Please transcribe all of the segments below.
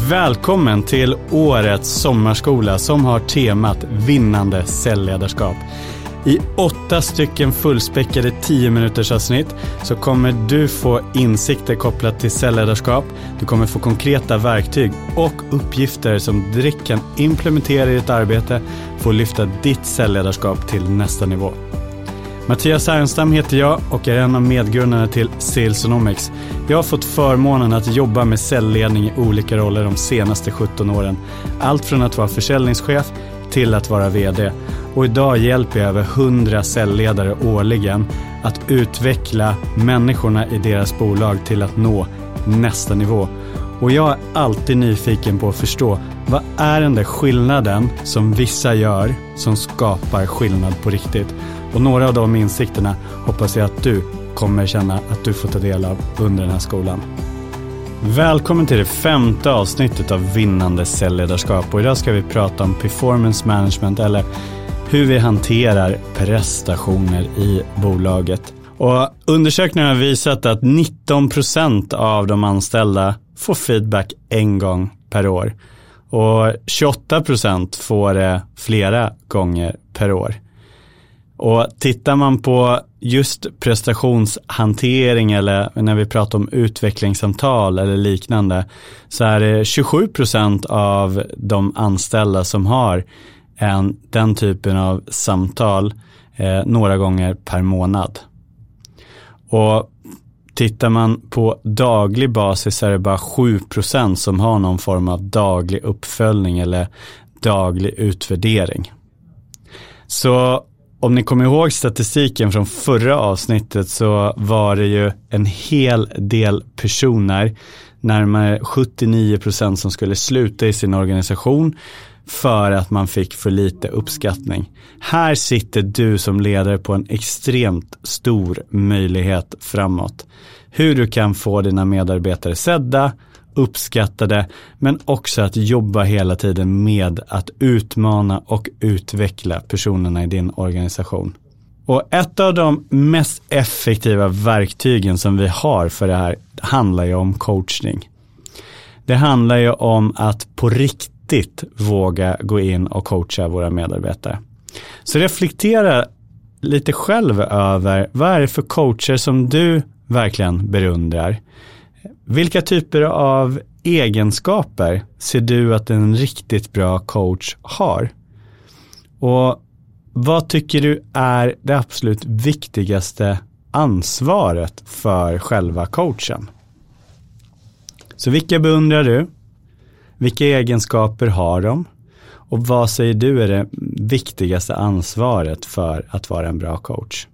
Välkommen till årets sommarskola som har temat vinnande säljledarskap. I 8 stycken fullspäckade 10 minuters avsnitt så kommer du få insikter kopplat till säljledarskap. Du kommer få konkreta verktyg och uppgifter som direkt kan implementera i ditt arbete för att lyfta ditt säljledarskap till nästa nivå. Mattias Härenstam heter jag och är en av medgrundarna till Salesonomics. Jag har fått förmånen att jobba med säljledning i olika roller de senaste 17 åren. Allt från att vara försäljningschef till att vara vd. Och idag hjälper jag över 100 säljledare årligen att utveckla människorna i deras bolag till att nå nästa nivå. Och jag är alltid nyfiken på att förstå vad är den där skillnaden som vissa gör som skapar skillnad på riktigt. Och några av de insikterna hoppas jag att du kommer känna att du får ta del av under den här skolan. Välkommen till det 5:e avsnittet av vinnande säljledarskap. Och idag ska vi prata om performance management eller hur vi hanterar prestationer i bolaget. Och undersökningar har visat att 19% av de anställda får feedback en gång per år. Och 28% får det flera gånger per år. Och tittar man på just prestationshantering eller när vi pratar om utvecklingssamtal eller liknande så är det 27% av de anställda som har den typen av samtal några gånger per månad. Och tittar man på daglig basis är det bara 7% som har någon form av daglig uppföljning eller daglig utvärdering. Så om ni kommer ihåg statistiken från förra avsnittet så var det ju en hel del personer, närmare 79% som skulle sluta i sin organisation för att man fick för lite uppskattning. Här sitter du som ledare på en extremt stor möjlighet framåt. Hur du kan få dina medarbetare sedda, uppskattade, men också att jobba hela tiden med att utmana och utveckla personerna i din organisation. Och ett av de mest effektiva verktygen som vi har för det här handlar ju om coachning. Det handlar ju om att på riktigt våga gå in och coacha våra medarbetare. Så reflektera lite själv över vad är det för coacher som du verkligen beundrar. Vilka typer av egenskaper ser du att en riktigt bra coach har? Och vad tycker du är det absolut viktigaste ansvaret för själva coachen? Så vilka beundrar du? Vilka egenskaper har de? Och vad säger du är det viktigaste ansvaret för att vara en bra coach?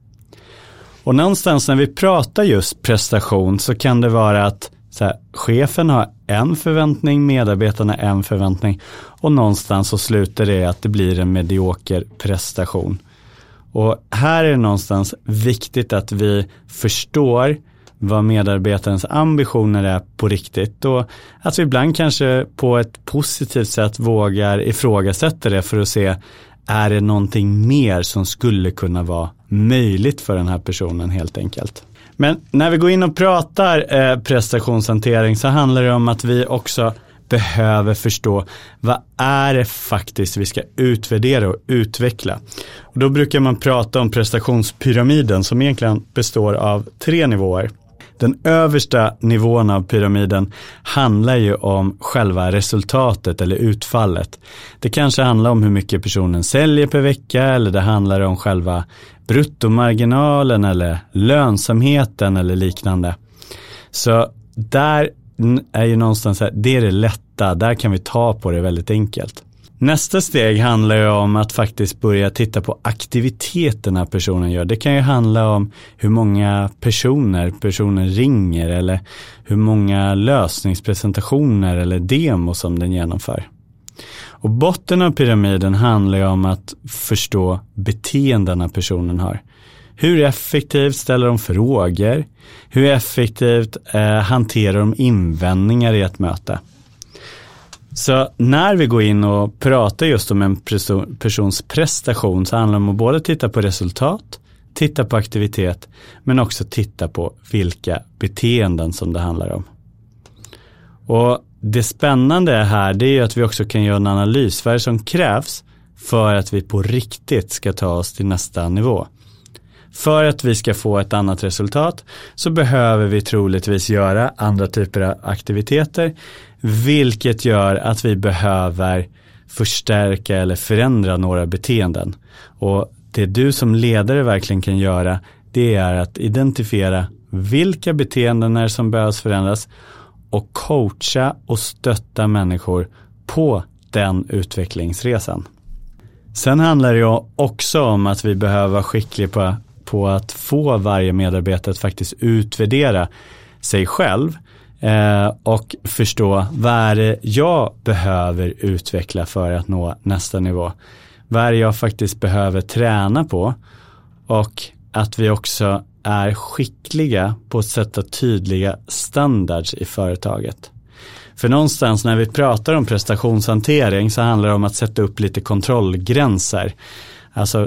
Och någonstans när vi pratar just prestation så kan det vara att chefen har en förväntning, medarbetarna en förväntning och någonstans så slutar det att det blir en medioker prestation. Och här är det någonstans viktigt att vi förstår vad medarbetarens ambitioner är på riktigt och att vi ibland kanske på ett positivt sätt vågar ifrågasätta det för att se är det någonting mer som skulle kunna vara möjligt för den här personen helt enkelt. Men när vi går in och pratar prestationshantering så handlar det om att vi också behöver förstå vad är det faktiskt vi ska utvärdera och utveckla. Och då brukar man prata om prestationspyramiden som egentligen består av 3 nivåer. Den översta nivån av pyramiden handlar ju om själva resultatet eller utfallet. Det kanske handlar om hur mycket personen säljer per vecka eller det handlar om själva bruttomarginalen eller lönsamheten eller liknande. Så där är ju någonstans här, det är det lätta, där kan vi ta på det väldigt enkelt. Nästa steg handlar ju om att faktiskt börja titta på aktiviteterna personen gör. Det kan ju handla om hur många personen ringer eller hur många lösningspresentationer eller demo som den genomför. Och botten av pyramiden handlar ju om att förstå beteendena personen har. Hur effektivt ställer de frågor? Hur effektivt hanterar de invändningar i ett möte? Så när vi går in och pratar just om en persons prestation så handlar det om att både titta på resultat, titta på aktivitet men också titta på vilka beteenden som det handlar om. Och det spännande här, det är ju att vi också kan göra en analys. Vad är det som krävs för att vi på riktigt ska ta oss till nästa nivå? För att vi ska få ett annat resultat så behöver vi troligtvis göra andra typer av aktiviteter, vilket gör att vi behöver förstärka eller förändra några beteenden. Och det du som ledare verkligen kan göra, det är att identifiera vilka beteenden är som behövs förändras och coacha och stötta människor på den utvecklingsresan. Sen handlar det också om att vi behöver vara skickliga på att få varje medarbetare att faktiskt utvärdera sig själv och förstå vad är det jag behöver utveckla för att nå nästa nivå. Vad är det jag faktiskt behöver träna på, och att vi också är skickliga på att sätta tydliga standards i företaget. För någonstans när vi pratar om prestationshantering så handlar det om att sätta upp lite kontrollgränser. Alltså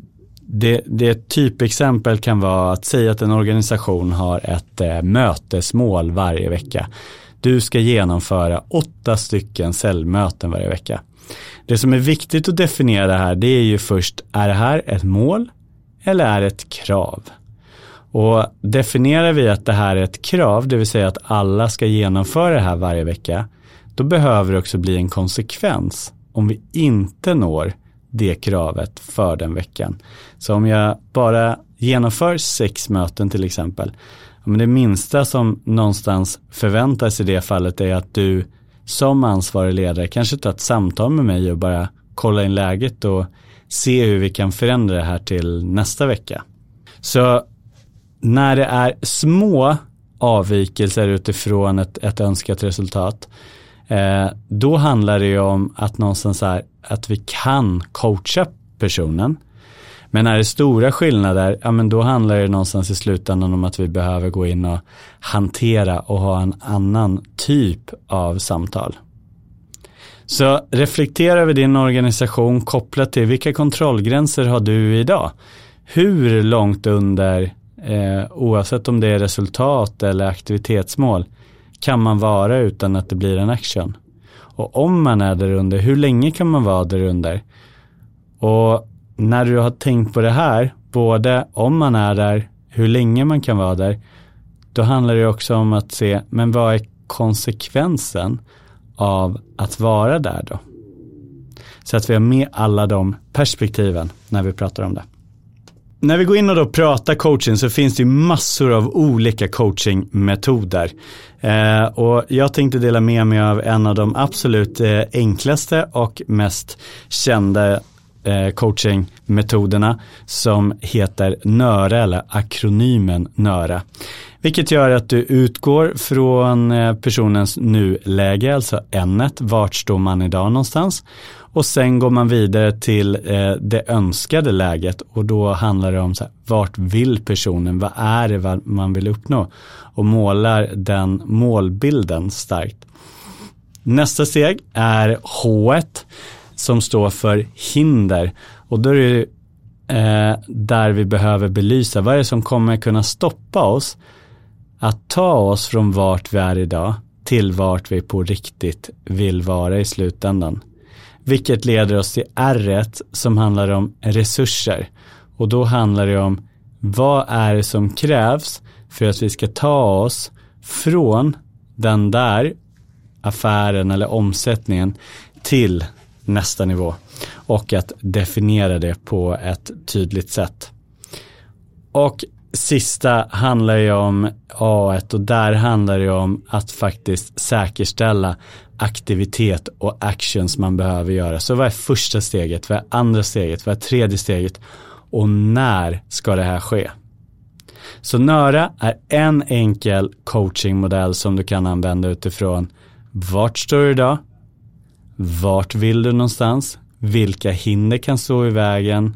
det typexempel kan vara att säga att en organisation har ett mötesmål varje vecka. Du ska genomföra 8 stycken säljmöten varje vecka. Det som är viktigt att definiera här, det är ju först, är det här ett mål eller är det ett krav? Och definierar vi att det här är ett krav, det vill säga att alla ska genomföra det här varje vecka, då behöver det också bli en konsekvens om vi inte når det kravet för den veckan. Så om jag bara genomför 6 möten till exempel, men det minsta som någonstans förväntas i det fallet är att du som ansvarig ledare kanske tar ett samtal med mig och bara kolla in läget och se hur vi kan förändra det här till nästa vecka. Så när det är små avvikelser utifrån ett önskat resultat, då handlar det ju om att någonstans här, att vi kan coacha personen. Men när det är stora skillnader, ja, men då handlar det någonstans i slutändan om att vi behöver gå in och hantera och ha en annan typ av samtal. Så reflektera över din organisation kopplat till vilka kontrollgränser har du idag? Hur långt under, oavsett om det är resultat eller aktivitetsmål, kan man vara utan att det blir en action? Och om man är där under, hur länge kan man vara där under? Och när du har tänkt på det här, både om man är där, hur länge man kan vara där, då handlar det också om att se, men vad är konsekvensen av att vara där då? Så att vi har med alla de perspektiven när vi pratar om det. När vi går in och då pratar coaching så finns det ju massor av olika coachingmetoder. Och jag tänkte dela med mig av en av de absolut enklaste och mest kända coachingmetoderna som heter NÖRA, eller akronymen NÖRA. Vilket gör att du utgår från personens nuläge, alltså N-et, vart står man idag någonstans. Och sen går man vidare till det önskade läget, och då handlar det om så här, vart vill personen, vad är det man vill uppnå, och målar den målbilden starkt. Nästa steg är H-et som står för hinder, och då är det där vi behöver belysa vad är det som kommer kunna stoppa oss att ta oss från vart vi är idag till vart vi på riktigt vill vara i slutändan. Vilket leder oss till R-et som handlar om resurser. Och då handlar det om vad är det som krävs för att vi ska ta oss från den där affären eller omsättningen till nästa nivå. Och att definiera det på ett tydligt sätt. Och sista handlar ju om A1, och där handlar det om att faktiskt säkerställa aktivitet och actions man behöver göra. Så vad är första steget, vad är andra steget, vad är tredje steget och när ska det här ske? Så NÖRA är en enkel coachingmodell som du kan använda utifrån vart står du idag, vart vill du någonstans, vilka hinder kan stå i vägen,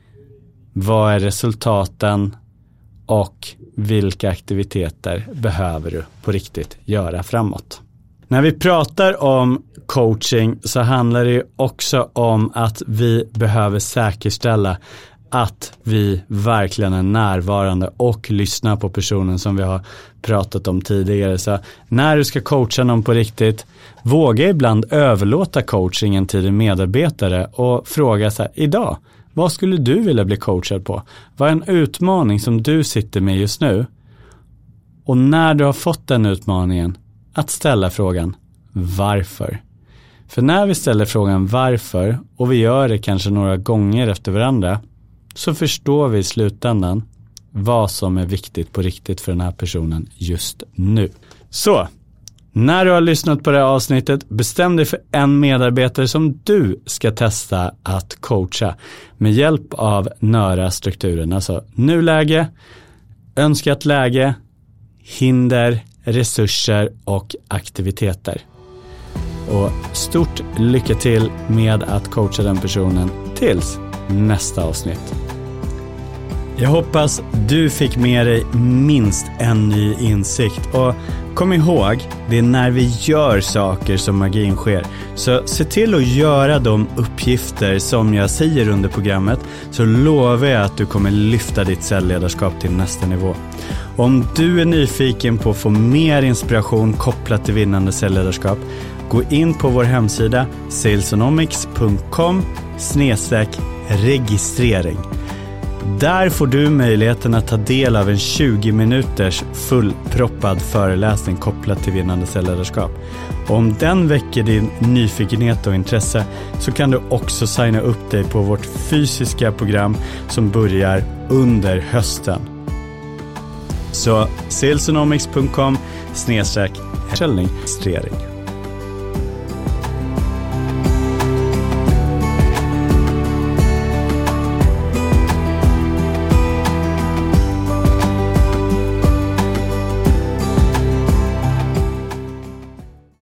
vad är resultaten och vilka aktiviteter behöver du på riktigt göra framåt. När vi pratar om coaching så handlar det också om att vi behöver säkerställa att vi verkligen är närvarande och lyssnar på personen som vi har pratat om tidigare. Så när du ska coacha någon på riktigt, våga ibland överlåta coachingen till din medarbetare och fråga så här: idag, vad skulle du vilja bli coachad på? Vad är en utmaning som du sitter med just nu? Och när du har fått den utmaningen, att ställa frågan varför? För när vi ställer frågan varför, och vi gör det kanske några gånger efter varandra, så förstår vi i slutändan vad som är viktigt på riktigt för den här personen just nu. Så, när du har lyssnat på det här avsnittet, bestäm dig för en medarbetare som du ska testa att coacha med hjälp av NÖRA-strukturen. Alltså nuläge, önskat läge, hinder, resurser och aktiviteter. Och stort lycka till med att coacha den personen tills nästa avsnitt. Jag hoppas du fick med dig minst en ny insikt. Och kom ihåg, det är när vi gör saker som magin sker. Så se till att göra de uppgifter som jag säger under programmet, så lovar jag att du kommer lyfta ditt säljledarskap till nästa nivå. Om du är nyfiken på att få mer inspiration kopplat till vinnande säljledarskap, gå in på vår hemsida salesonomics.com/registrering. Där får du möjligheten att ta del av en 20 minuters fullproppad föreläsning kopplat till vinnande säljledarskap. Och om den väcker din nyfikenhet och intresse, så kan du också signa upp dig på vårt fysiska program som börjar under hösten. Så salesonomics.com/registrering.